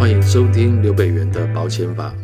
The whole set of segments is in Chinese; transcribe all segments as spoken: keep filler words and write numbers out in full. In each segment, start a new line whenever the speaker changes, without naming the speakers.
欢迎收听刘北元的保险法。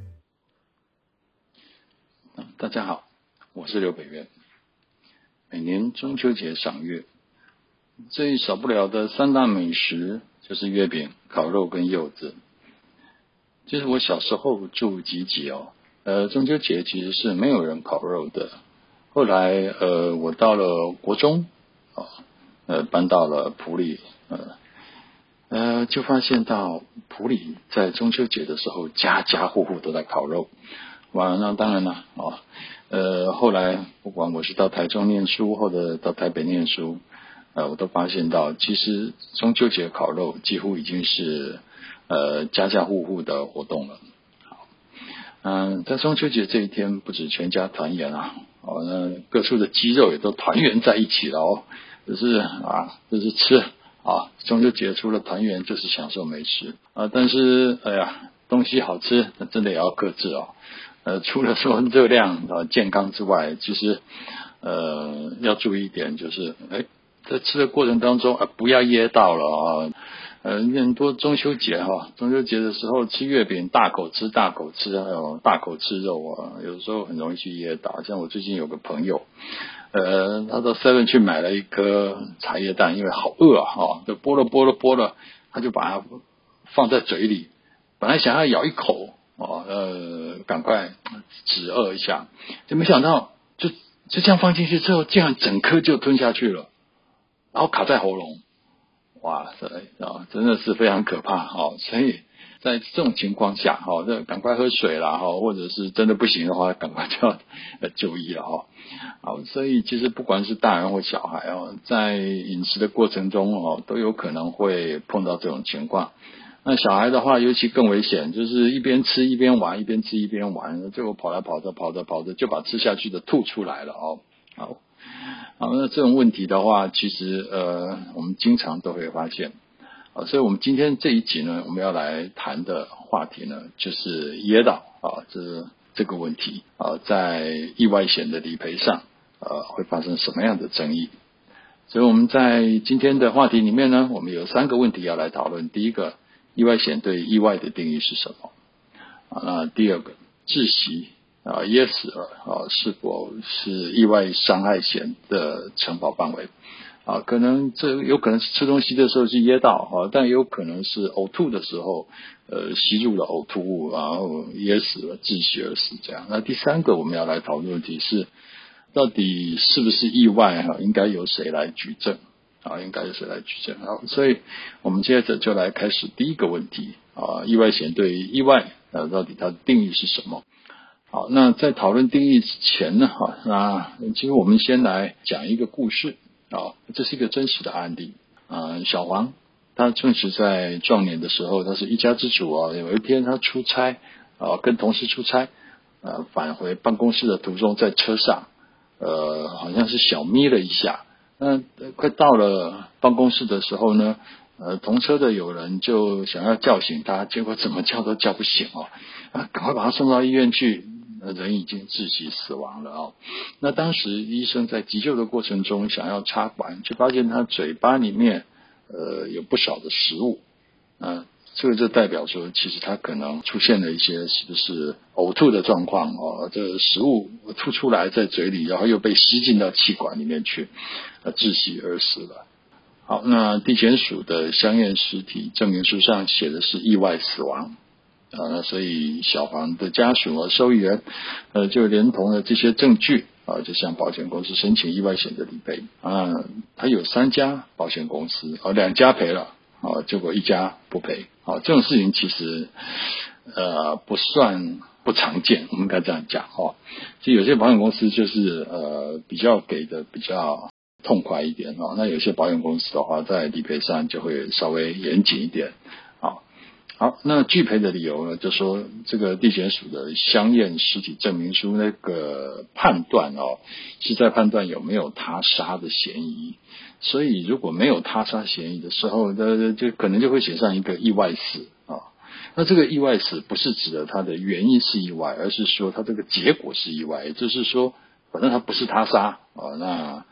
大家好，我是刘北元。每年中秋节赏月，最少不了的三大美食就是月饼、烤肉跟柚子。其实我小时候住集集哦，呃，中秋节其实是没有人烤肉的。后来呃，我到了国中啊，呃，搬到了埔里，呃，呃，就发现到埔里在中秋节的时候，家家户户都在烤肉。哇，那当然了啊，呃，后来不管我是到台中念书，或者到台北念书，呃，我都发现到，其实中秋节烤肉几乎已经是呃家家户户的活动了。好，嗯、呃，在中秋节这一天，不止全家团圆啊，哦，那各处的鸡肉也都团圆在一起了哦，就是啊，就是吃啊，中秋节除了团圆，就是享受美食啊，但是哎呀，东西好吃，那真的也要克制哦。呃，除了说热量啊健康之外，其实呃要注意一点，就是哎，在吃的过程当中啊，不要噎到了啊。呃，很多中秋节哈、啊，中秋节的时候吃月饼，大口吃大口吃，还有大口吃肉啊，有时候很容易去噎到。像我最近有个朋友，呃，他到 seven 去买了一颗茶叶蛋，因为好饿啊，哈，就剥了剥了剥了，他就把它放在嘴里，本来想要咬一口。哦，呃，赶快止饿一下，就没想到就就这样放进去之后，竟然整颗就吞下去了，然后卡在喉咙，哇塞啊，真的是非常可怕哦。所以在这种情况下，哈，这赶快喝水啦，哈，或者是真的不行的话，赶快就要就医了哈。好，所以其实不管是大人或小孩哦，在饮食的过程中哦，都有可能会碰到这种情况。那小孩的话尤其更危险，就是一边吃一边玩，一边吃一边玩，结果跑来跑着跑着跑着就把吃下去的吐出来了哦。好，好，那这种问题的话，其实呃我们经常都会发现。啊，所以我们今天这一集呢，我们要来谈的话题呢，就是噎到啊，这这个问题啊，在意外险的理赔上，呃，会发生什么样的争议？所以我们在今天的话题里面呢，我们有三个问题要来讨论。第一个，意外险对意外的定义是什么？啊，那第二个，窒息啊噎死了啊，是否是意外伤害险的承保范围？啊，可能这有可能是吃东西的时候是噎到啊，但也有可能是呕吐的时候，呃，吸入了呕吐物，然后噎死了，窒息而死这样。那第三个我们要来讨论的问题是，到底是不是意外哈？应该由谁来举证？啊，应该由谁来举证？好，所以我们接着就来开始第一个问题啊，意外险对意外呃，到底它的定义是什么？好，那在讨论定义之前呢，哈，那其实我们先来讲一个故事啊，这是一个真实的案例啊。小黄他正是在壮年的时候，他是一家之主啊。有一天他出差啊，跟同事出差，呃，返回办公室的途中，在车上，呃，好像是小眯了一下。那快到了办公室的时候呢，呃，同车的有人就想要叫醒他，结果怎么叫都叫不醒哦，啊，赶快把他送到医院去，人已经窒息死亡了哦。那当时医生在急救的过程中想要插管，却发现他嘴巴里面呃有不少的食物，啊，这个就代表说，其实他可能出现了一些是不是呕吐的状况哦，这食物吐出来在嘴里，然后又被吸进到气管里面去，呃，窒息而死了。好，那地检署的相验尸体证明书上写的是意外死亡。啊，那所以小黄的家属和受益人，呃，就连同了这些证据啊，就向保险公司申请意外险的理赔啊。他有三家保险公司，啊，两家赔了，啊，结果一家不赔。啊，这种事情其实呃不算不常见，我们应该这样讲哈。其实有些保险公司就是呃比较给的比较痛快一点哦，那有些保险公司的话，在理赔上就会稍微严谨一点。好，那拒赔的理由呢，就说这个地检署的相验尸体证明书那个判断哦，是在判断有没有他杀的嫌疑，所以如果没有他杀嫌疑的时候，呃，就可能就会写上一个意外死啊。那这个意外死不是指的它的原因是意外，而是说它这个结果是意外，也就是说，反正它不是他杀啊，那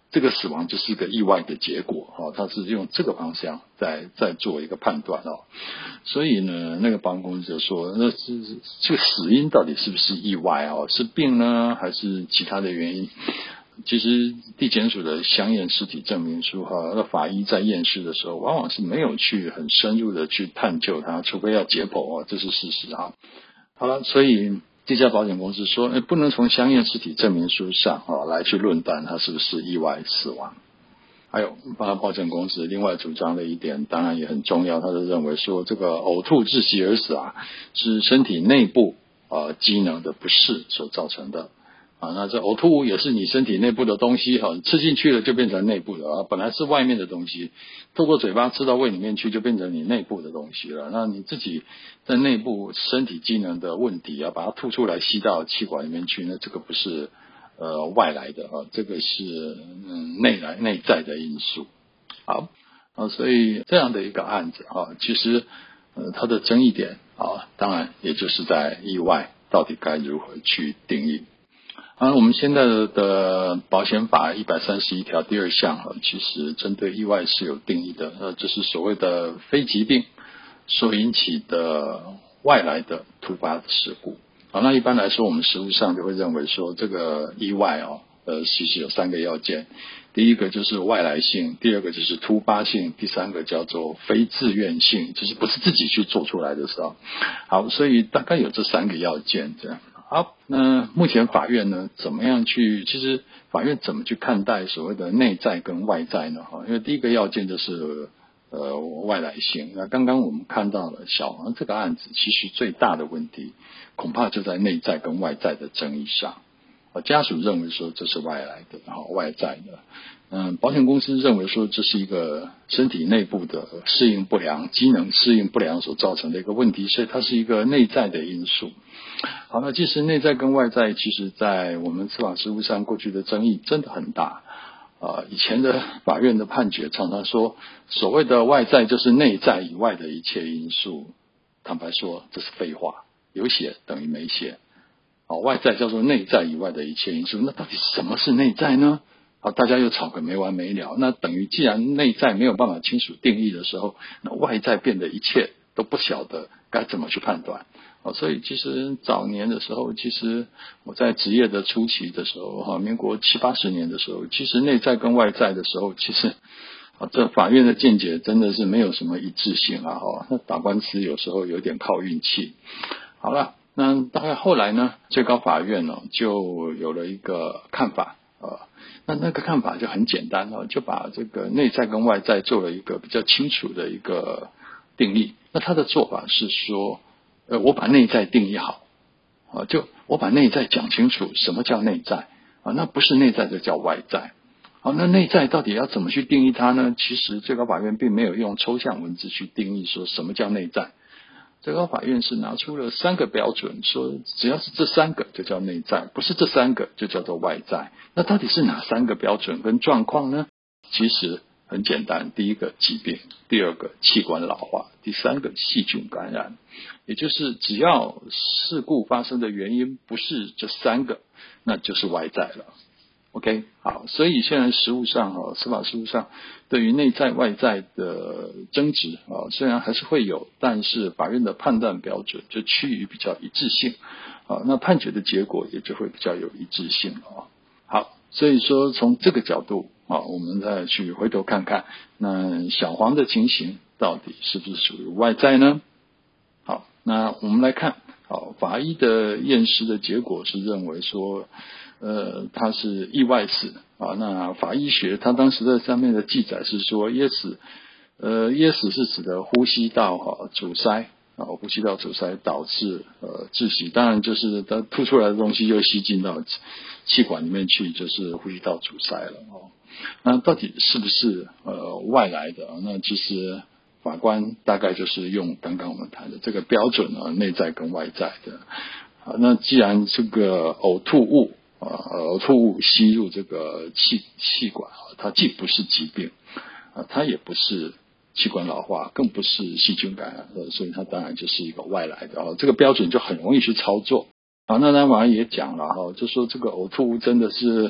这个死亡就是一个意外的结果哦，他是用这个方向在在做一个判断哦。所以呢，那个保险公司就说，那是这个死因到底是不是意外哦？是病呢，还是其他的原因？其实地检署的相验尸体证明书哈，那法医在验尸的时候，往往是没有去很深入的去探究它，除非要解剖哦，这是事实哈。好了，所以这家保险公司说，不能从相验尸体证明书上啊来去论断它是不是意外死亡。还有，保险公司另外主张的一点，当然也很重要，他就认为说，这个呕吐窒息而死啊，是身体内部啊机能的不适所造成的。啊，那这呕吐物也是你身体内部的东西哈，吃进去了就变成内部的啊，本来是外面的东西，透过嘴巴吃到胃里面去，就变成你内部的东西了。那你自己在内部身体机能的问题啊，把它吐出来吸到气管里面去，那这个不是呃外来的啊，这个是嗯内来内在的因素。好啊，所以这样的一个案子啊，其实呃它的争议点啊，当然也就是在意外到底该如何去定义。啊，我们现在的保险法一百三十一条第二项啊，其实针对意外是有定义的，呃，这是所谓的非疾病所引起的外来的突发的事故。好，那一般来说，我们实务上就会认为说，这个意外哦，呃，其实有三个要件，第一个就是外来性，第二个就是突发性，第三个叫做非自愿性，就是不是自己去做出来的时候。好，所以大概有这三个要件这样。好，那目前法院呢，怎么样去？其实法院怎么去看待所谓的内在跟外在呢？哈，因为第一个要件就是呃外来性。那刚刚我们看到了小黄这个案子，其实最大的问题恐怕就在内在跟外在的争议上。家属认为说这是外来的，然后外在的。嗯，保险公司认为说这是一个身体内部的适应不良、机能适应不良所造成的一个问题，所以它是一个内在的因素。好，那其实内在跟外在，其实在我们司法实务上过去的争议真的很大。呃，以前的法院的判决常常说，所谓的外在就是内在以外的一切因素。坦白说，这是废话，有写等于没写。好，外在叫做内在以外的一切因素，那到底什么是内在呢？好，大家又吵个没完没了。那等于既然内在没有办法清楚定义的时候，那外在变得一切都不晓得该怎么去判断。好，所以其实早年的时候，其实我在职业的初期的时候，哈，民国七八十年的时候，其实内在跟外在的时候，其实啊，这法院的见解真的是没有什么一致性啊，哈，那打官司有时候有点靠运气。好了。那大概后来呢，最高法院呢、哦、就有了一个看法啊、呃，那那个看法就很简单哦，就把这个内在跟外在做了一个比较清楚的一个定义。那他的做法是说，呃，我把内在定义好啊，就我把内在讲清楚，什么叫内在啊？那不是内在就叫外在。好，那内在到底要怎么去定义它呢？其实最高法院并没有用抽象文字去定义说什么叫内在。最高法院是拿出了三个标准，说只要是这三个就叫内在，不是这三个就叫做外在。那到底是哪三个标准跟状况呢？其实很简单，第一个疾病，第二个器官老化，第三个细菌感染。也就是只要事故发生的原因不是这三个，那就是外在了。OK， 好，所以现在实务上哈，司法实务上对于内在外在的争执啊，虽然还是会有，但是法院的判断标准就趋于比较一致性啊，那判决的结果也就会比较有一致性啊。好，所以说从这个角度啊，我们再去回头看看，那小黄的情形到底是不是属于外在呢？好，那我们来看，好，法医的验尸的结果是认为说。呃，他是意外死啊。那法医学他当时在上面的记载是说，噎死，呃，噎死是指的呼吸道哈、啊、阻塞啊，呼吸道阻塞导致呃窒息。当然就是他吐出来的东西又吸进到气管里面去，就是呼吸道阻塞了哦。那到底是不是呃外来的？那其实法官大概就是用刚刚我们谈的这个标准啊，内在跟外在的。啊，那既然这个呕吐物。啊，呕吐物吸入这个气气管啊，它既不是疾病啊，它也不是气管老化，更不是细菌感染，呃，所以它当然就是一个外来的啊，这个标准就很容易去操作啊。那当然也讲了哈，就说这个呕吐物真的是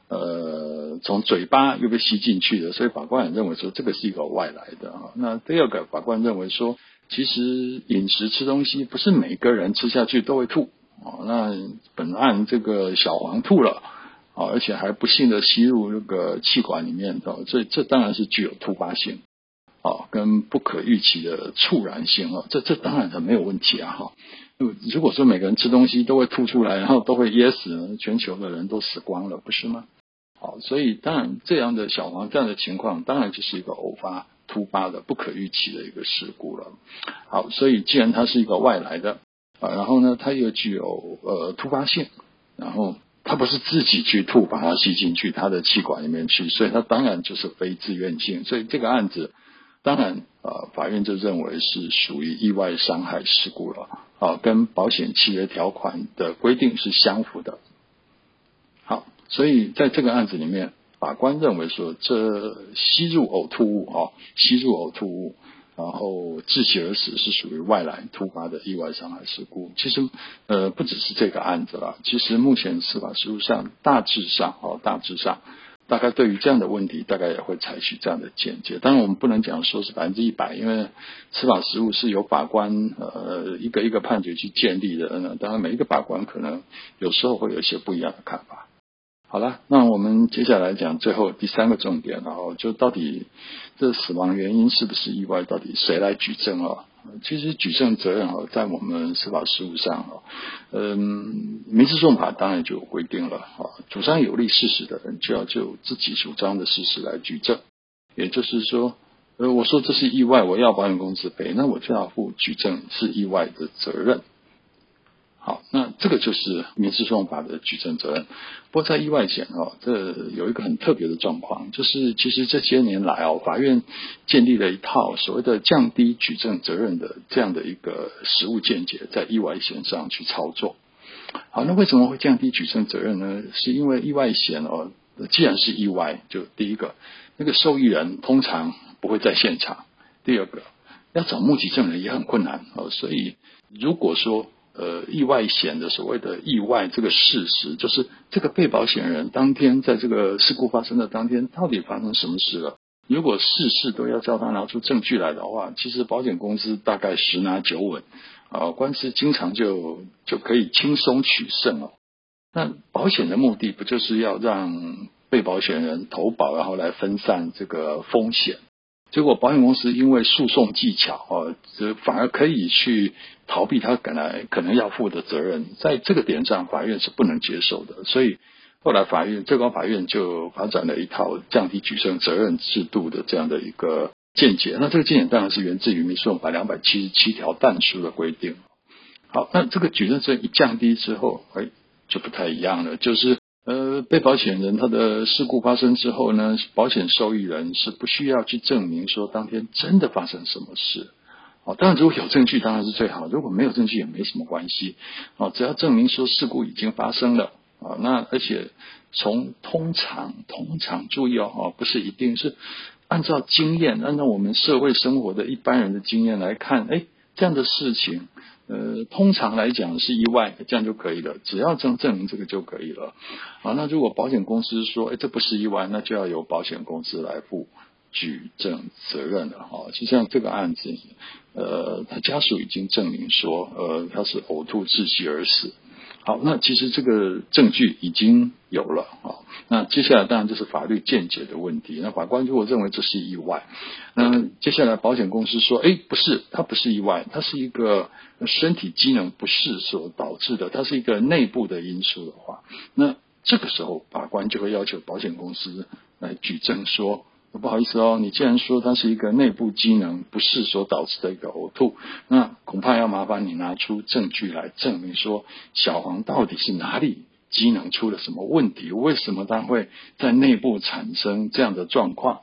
呃从嘴巴又被吸进去的，所以法官也认为说这个是一个外来的啊。那第二个，法官认为说，其实饮食吃东西不是每个人吃下去都会吐啊。那本案这个小黄吐了啊，而且还不幸的吸入那个气管里面的，所以这当然是具有突发性啊，跟不可预期的猝然性啊，这这当然很没有问题啊哈。如果说每个人吃东西都会吐出来，然后都会噎死，全球的人都死光了，不是吗？好，所以当然这样的小黄这样的情况，当然就是一个偶发、突发的、不可预期的一个事故了。好，所以既然它是一个外来的啊，然后呢，它又具有呃突发性，然后它不是自己去吐，把它吸进去它的气管里面去，所以它当然就是非自愿性。所以这个案子当然呃，法院就认为是属于意外伤害事故了啊，跟保险契约条款的规定是相符的。好，所以在这个案子里面，法官认为说，这吸入呕吐物啊，吸入呕吐物，然后窒息而死是属于外来突发的意外伤害事故。其实呃，不只是这个案子啦，其实目前司法实务上大致上哦，大致上。大概对于这样的问题，大概也会采取这样的见解。当然，我们不能讲说是百分之一百，因为司法实务是由法官呃一个一个判决去建立的。那当然，每一个法官可能有时候会有一些不一样的看法。好了，那我们接下来讲最后第三个重点，然后就到底这死亡原因是不是意外，到底谁来举证啊？其实举证责任哦，在我们司法实务上哦，嗯，民事诉讼法当然就有规定了啊，主张有利事实的人就要就自己主张的事实来举证，也就是说，呃，我说这是意外，我要保险公司赔，那我就要负举证是意外的责任。好，那这个就是民事诉讼法的举证责任。不过在意外险哦，这有一个很特别的状况，就是其实这些年来哦，法院建立了一套所谓的降低举证责任的这样的一个实务见解，在意外险上去操作。好，那为什么会降低举证责任呢？是因为意外险哦，既然是意外，就第一个，那个受益人通常不会在现场；第二个，要找目击证人也很困难哦，所以如果说呃，意外险的所谓的意外这个事实，就是这个被保险人当天在这个事故发生的当天到底发生什么事了。如果事事都要叫他拿出证据来的话，其实保险公司大概十拿九稳啊，官司经常就就可以轻松取胜哦。那保险的目的不就是要让被保险人投保，然后来分散这个风险？结果保险公司因为诉讼技巧哦，反而可以去逃避他本来可能要负的责任，在这个点上法院是不能接受的，所以后来法院最高法院就发展了一套降低举证责任制度的这样的一个见解。那这个见解当然是源自于民事诉讼法两百七十七条但书的规定。好，那这个举证责任一降低之后，哎，就不太一样了，就是呃，被保险人他的事故发生之后呢，保险受益人是不需要去证明说当天真的发生什么事。哦，当然如果有证据当然是最好，如果没有证据也没什么关系。哦，只要证明说事故已经发生了。啊，那而且从通常通常注意哦，不是一定是按照经验，按照我们社会生活的一般人的经验来看，哎，这样的事情。呃，通常来讲是意外，这样就可以了，只要证证明这个就可以了。好，那如果保险公司说，哎，这不是意外，那就要由保险公司来负举证责任了。哈，就像这个案子，呃，他家属已经证明说，呃，他是呕吐窒息而死。好，那其实这个证据已经有了啊。那接下来当然就是法律见解的问题。那法官如果认为这是意外，那接下来保险公司说，哎，不是，它不是意外，它是一个身体机能不适所导致的，它是一个内部的因素的话，那这个时候法官就会要求保险公司来举证说，不好意思哦，你既然说它是一个内部机能不适所导致的一个呕吐，那恐怕要麻烦你拿出证据来证明说小黄到底是哪里机能出了什么问题，为什么它会在内部产生这样的状况。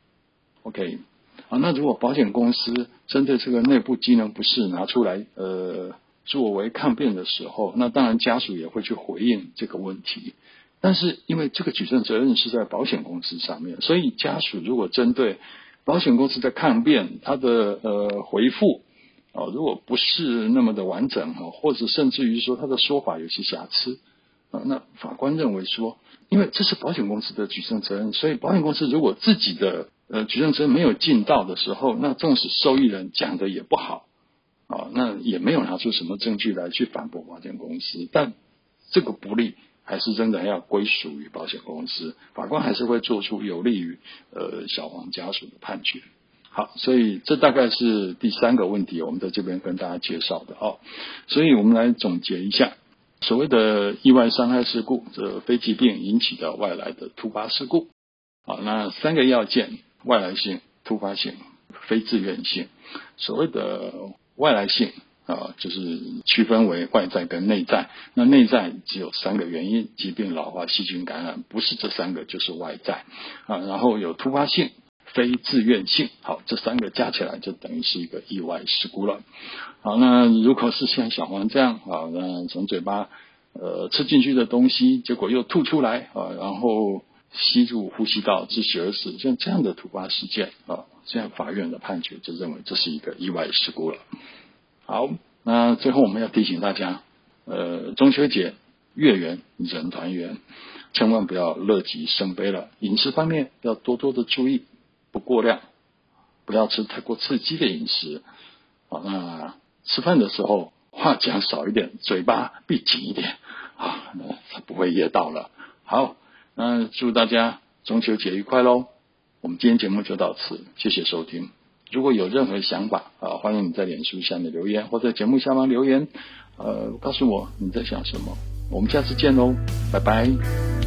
OK， 好，那如果保险公司针对这个内部机能不适拿出来呃作为抗辩的时候，那当然家属也会去回应这个问题。但是因为这个举证责任是在保险公司上面，所以家属如果针对保险公司的抗辩，他的呃回复哦，如果不是那么的完整，或者甚至于说他的说法有些瑕疵， 啊，那法官认为说，因为这是保险公司的举证责任，所以保险公司如果自己的呃举证责任没有尽到的时候，那纵使受益人讲的也不好啊，那也没有拿出什么证据来去反驳保险公司，但这个不利还是真的要归属于保险公司，法官还是会做出有利于呃小黄家属的判决。好，所以这大概是第三个问题，我们在这边跟大家介绍的哦。所以我们来总结一下，所谓的意外伤害事故，这非疾病引起的外来的突发事故。好，那三个要件：外来性、突发性、非自愿性。所谓的外来性啊，就是区分为外在跟内在。那内在只有三个原因：疾病、老化、细菌感染，不是这三个就是外在啊。然后有突发性、非自愿性，好，这三个加起来就等于是一个意外事故了。好，那如果是像小黄这样啊，那从嘴巴呃吃进去的东西，结果又吐出来啊，然后吸入呼吸道窒息而死，像这样的突发事件啊，现在法院的判决就认为这是一个意外事故了。好，那最后我们要提醒大家，呃，中秋节月圆人团圆，千万不要乐极生悲了。饮食方面要多多的注意，不过量，不要吃太过刺激的饮食。好，那吃饭的时候话讲少一点，嘴巴闭紧一点啊，那才不会噎到了。好，那祝大家中秋节愉快咯。我们今天节目就到此，谢谢收听。如果有任何想法啊，欢迎你在脸书下面留言，或在节目下方留言，呃，告诉我你在想什么。我们下次见喽，拜拜。